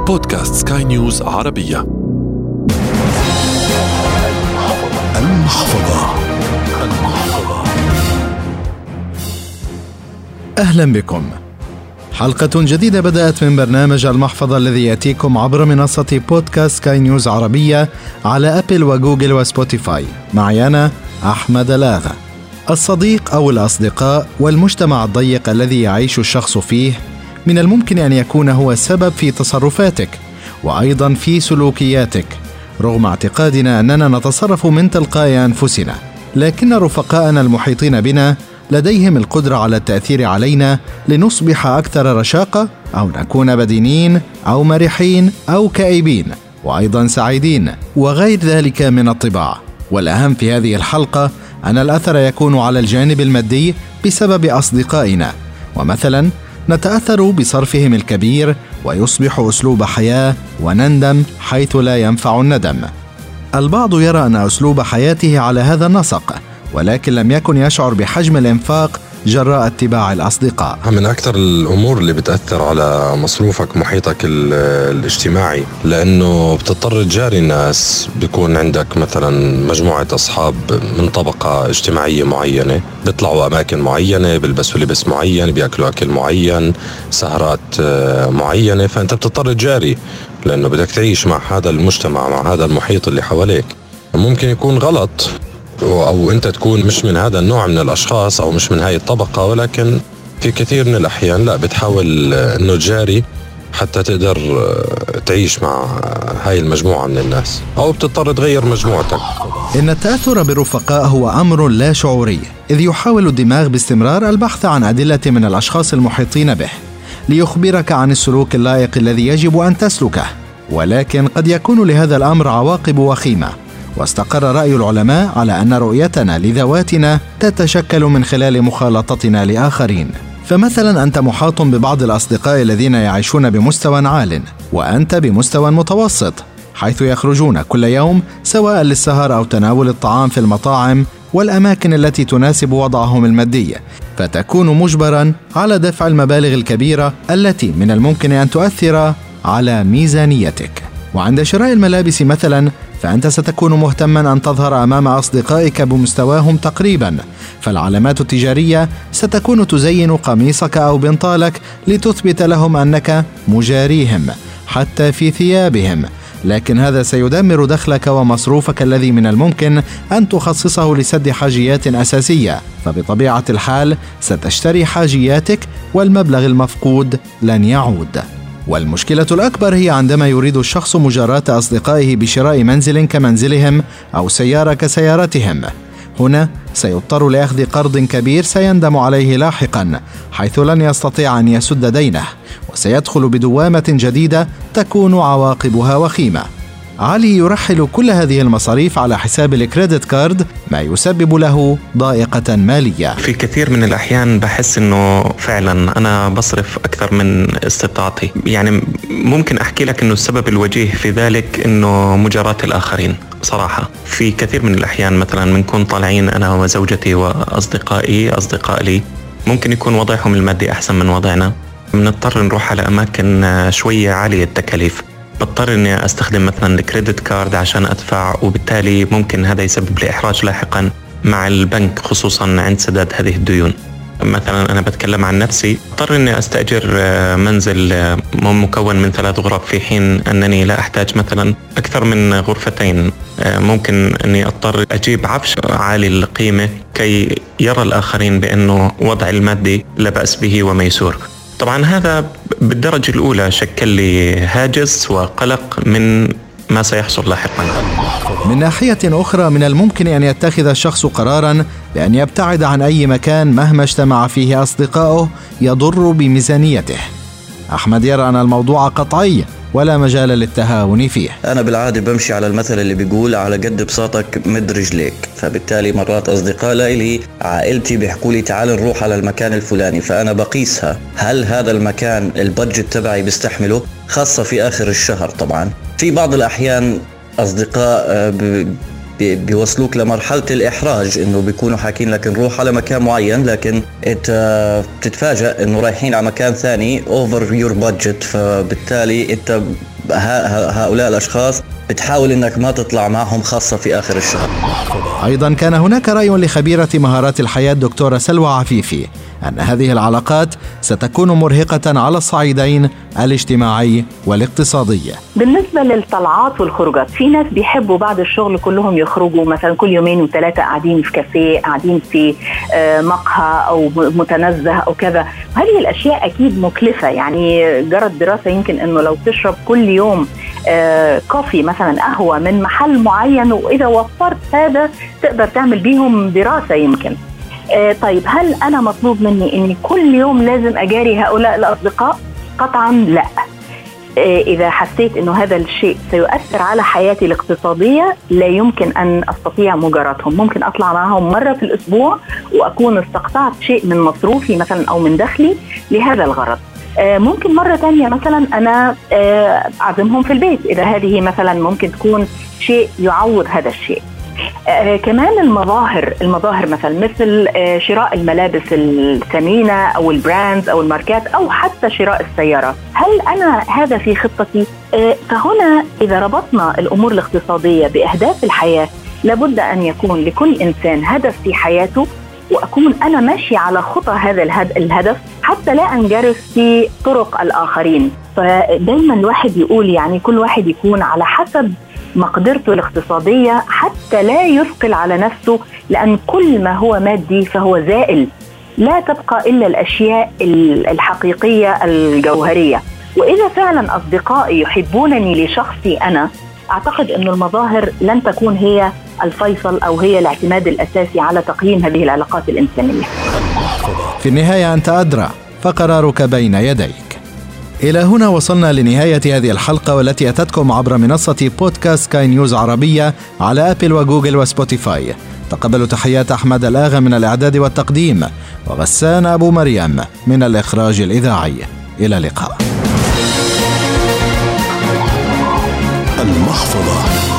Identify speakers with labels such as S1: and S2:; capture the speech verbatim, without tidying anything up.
S1: بودكاست سكاي نيوز عربية.
S2: المحفظة. المحفظة. أهلا بكم. حلقة جديدة بدأت من برنامج المحفظة الذي يأتيكم عبر منصة بودكاست سكاي نيوز عربية على أبل وجوجل وسبوتيفاي. معي أنا أحمد لاغا. الصديق أو الأصدقاء والمجتمع الضيق الذي يعيش الشخص فيه من الممكن أن يكون هو السبب في تصرفاتك وأيضا في سلوكياتك، رغم اعتقادنا أننا نتصرف من تلقاء أنفسنا، لكن رفقاءنا المحيطين بنا لديهم القدرة على التأثير علينا لنصبح أكثر رشاقة، أو نكون بدينين أو مرحين أو كئيبين وأيضا سعيدين وغير ذلك من الطباع. والأهم في هذه الحلقة أن الأثر يكون على الجانب المادي بسبب أصدقائنا، ومثلا نتأثر بصرفهم الكبير ويصبح أسلوب حياة ونندم حيث لا ينفع الندم. البعض يرى أن أسلوب حياته على هذا النسق، ولكن لم يكن يشعر بحجم الإنفاق جراء اتباع الأصدقاء.
S3: من أكثر الأمور اللي بتأثر على مصروفك محيطك الاجتماعي، لأنه بتضطر تجاري الناس. بيكون عندك مثلا مجموعة أصحاب من طبقة اجتماعية معينة، بيطلعوا أماكن معينة، بيلبسوا لبس معين، بيأكلوا أكل معين، سهرات معينة، فأنت بتضطر تجاري لأنه بدك تعيش مع هذا المجتمع، مع هذا المحيط اللي حواليك. ممكن يكون غلط أو أنت تكون مش من هذا النوع من الأشخاص أو مش من هاي الطبقة، ولكن في كثير من الأحيان لا، بتحاول أنه تجاري حتى تقدر تعيش مع هاي المجموعة من الناس، أو بتضطر تغير مجموعتك.
S2: إن التأثر بالرفقاء هو أمر لا شعوري، إذ يحاول الدماغ باستمرار البحث عن أدلة من الأشخاص المحيطين به ليخبرك عن السلوك اللائق الذي يجب أن تسلكه، ولكن قد يكون لهذا الأمر عواقب وخيمة. واستقر رأي العلماء على أن رؤيتنا لذواتنا تتشكل من خلال مخالطتنا لآخرين. فمثلا أنت محاط ببعض الأصدقاء الذين يعيشون بمستوى عال، وأنت بمستوى متوسط، حيث يخرجون كل يوم سواء للسهر أو تناول الطعام في المطاعم والأماكن التي تناسب وضعهم المادي، فتكون مجبرا على دفع المبالغ الكبيرة التي من الممكن أن تؤثر على ميزانيتك. وعند شراء الملابس مثلا، فأنت ستكون مهتما أن تظهر أمام أصدقائك بمستواهم تقريبا، فالعلامات التجارية ستكون تزين قميصك أو بنطالك لتثبت لهم أنك مجاريهم حتى في ثيابهم، لكن هذا سيدمر دخلك ومصروفك الذي من الممكن أن تخصصه لسد حاجيات أساسية، فبطبيعة الحال ستشتري حاجياتك والمبلغ المفقود لن يعود. والمشكلة الأكبر هي عندما يريد الشخص مجاراة أصدقائه بشراء منزل كمنزلهم أو سيارة كسيارتهم. هنا سيضطر لأخذ قرض كبير سيندم عليه لاحقا، حيث لن يستطيع أن يسد دينه، وسيدخل بدوامة جديدة تكون عواقبها وخيمة. علي يرحل كل هذه المصاريف على حساب الكريدت كارد، ما يسبب له ضائقة مالية.
S4: في كثير من الأحيان بحس إنه فعلا أنا بصرف أكثر من استطاعتي. يعني ممكن أحكي لك إنه السبب الوجيه في ذلك إنه مجاراة الآخرين. صراحة في كثير من الأحيان مثلا بنكون طالعين أنا وزوجتي وأصدقائي أصدقاء لي، ممكن يكون وضعهم المادي أحسن من وضعنا، بنضطر نروح على أماكن شوية عالية التكاليف، بضطر اني استخدم مثلا الكريدت كارد عشان ادفع، وبالتالي ممكن هذا يسبب لي احراج لاحقا مع البنك، خصوصا عند سداد هذه الديون. مثلا انا بتكلم عن نفسي، اضطر اني استاجر منزل مكون من ثلاث غرف في حين انني لا احتاج مثلا اكثر من غرفتين. ممكن اني اضطر اجيب عفش عالي القيمة كي يرى الاخرين بانه وضعي المادي لا بأس به وميسور. طبعا هذا بالدرجة الأولى شكل لي هاجس وقلق من ما سيحصل لاحقا.
S2: من ناحية أخرى، من الممكن أن يتخذ الشخص قرارا بأن يبتعد عن أي مكان مهما اجتمع فيه أصدقائه يضر بميزانيته. أحمد يرى أن الموضوع قطعي ولا مجال للتهاون فيه.
S5: أنا بالعادة بمشي على المثل اللي بيقول على قد بساطك مد رجليك، فبالتالي مرات أصدقاء لي عائلتي بيحكوا لي تعال نروح على المكان الفلاني، فأنا بقيسها هل هذا المكان البادجت تبعي بيستحمله، خاصة في آخر الشهر. طبعا في بعض الأحيان أصدقاء بيوصلوك لمرحلة الإحراج، إنه بيكونوا حاكين لك نروح على مكان معين، لكن أنت بتتفاجأ إنه رايحين على مكان ثاني over your budget، فبالتالي أنت هؤلاء الأشخاص بتحاول أنك ما تطلع معهم، خاصة في آخر الشهر.
S2: أيضا كان هناك رأي لخبيرة مهارات الحياة دكتورة سلوى عفيفي أن هذه العلاقات ستكون مرهقة على الصعيدين الاجتماعي والاقتصادي.
S6: بالنسبة للطلعات والخروجات، في ناس بيحبوا بعد الشغل كلهم يخرجوا مثلا كل يومين وثلاثة، قاعدين في كافيه، قاعدين في مقهى أو متنزه أو كذا. هذه الأشياء أكيد مكلفة. يعني جرت دراسة يمكن أنه لو تشرب كل يوم كوفي مثلا، قهوة من محل معين، وإذا وفرت هذا تقدر تعمل بيهم دراسة يمكن. طيب هل أنا مطلوب مني أني كل يوم لازم أجاري هؤلاء الأصدقاء؟ قطعا لا. إذا حسيت أنه هذا الشيء سيؤثر على حياتي الاقتصادية لا يمكن أن أستطيع مجاراتهم. ممكن أطلع معهم مرة في الأسبوع وأكون استقطعت شيء من مصروفي مثلا أو من دخلي لهذا الغرض. ممكن مرة تانية مثلا أنا أعزمهم في البيت، إذا هذه مثلا ممكن تكون شيء يعوض هذا الشيء. آه كمان المظاهر المظاهر مثلا مثل آه شراء الملابس الثمينة أو البراندز أو الماركات أو حتى شراء السيارة. هل أنا هذا في خطتي؟ آه فهنا إذا ربطنا الأمور الاقتصادية بأهداف الحياة، لابد أن يكون لكل إنسان هدف في حياته، وأكون أنا ماشي على خطى هذا الهدف حتى لا أنجرف في طرق الآخرين. فدايما الواحد يقول يعني كل واحد يكون على حسب مقدرته الاقتصادية حتى لا يثقل على نفسه، لأن كل ما هو مادي فهو زائل، لا تبقى إلا الأشياء الحقيقية الجوهرية. وإذا فعلا أصدقائي يحبونني لشخصي أنا، أعتقد أن المظاهر لن تكون هي الفيصل أو هي الاعتماد الأساسي على تقييم هذه العلاقات الإنسانية.
S2: في النهاية أنت أدرى، فقرارك بين يديك. إلى هنا وصلنا لنهاية هذه الحلقة، والتي أتتكم عبر منصة بودكاست سكاي نيوز عربية على أبل وجوجل وسبوتيفاي. تقبلوا تحيات أحمد الآغا من الإعداد والتقديم، وغسان أبو مريم من الإخراج الإذاعي. إلى اللقاء.
S1: المحفظة.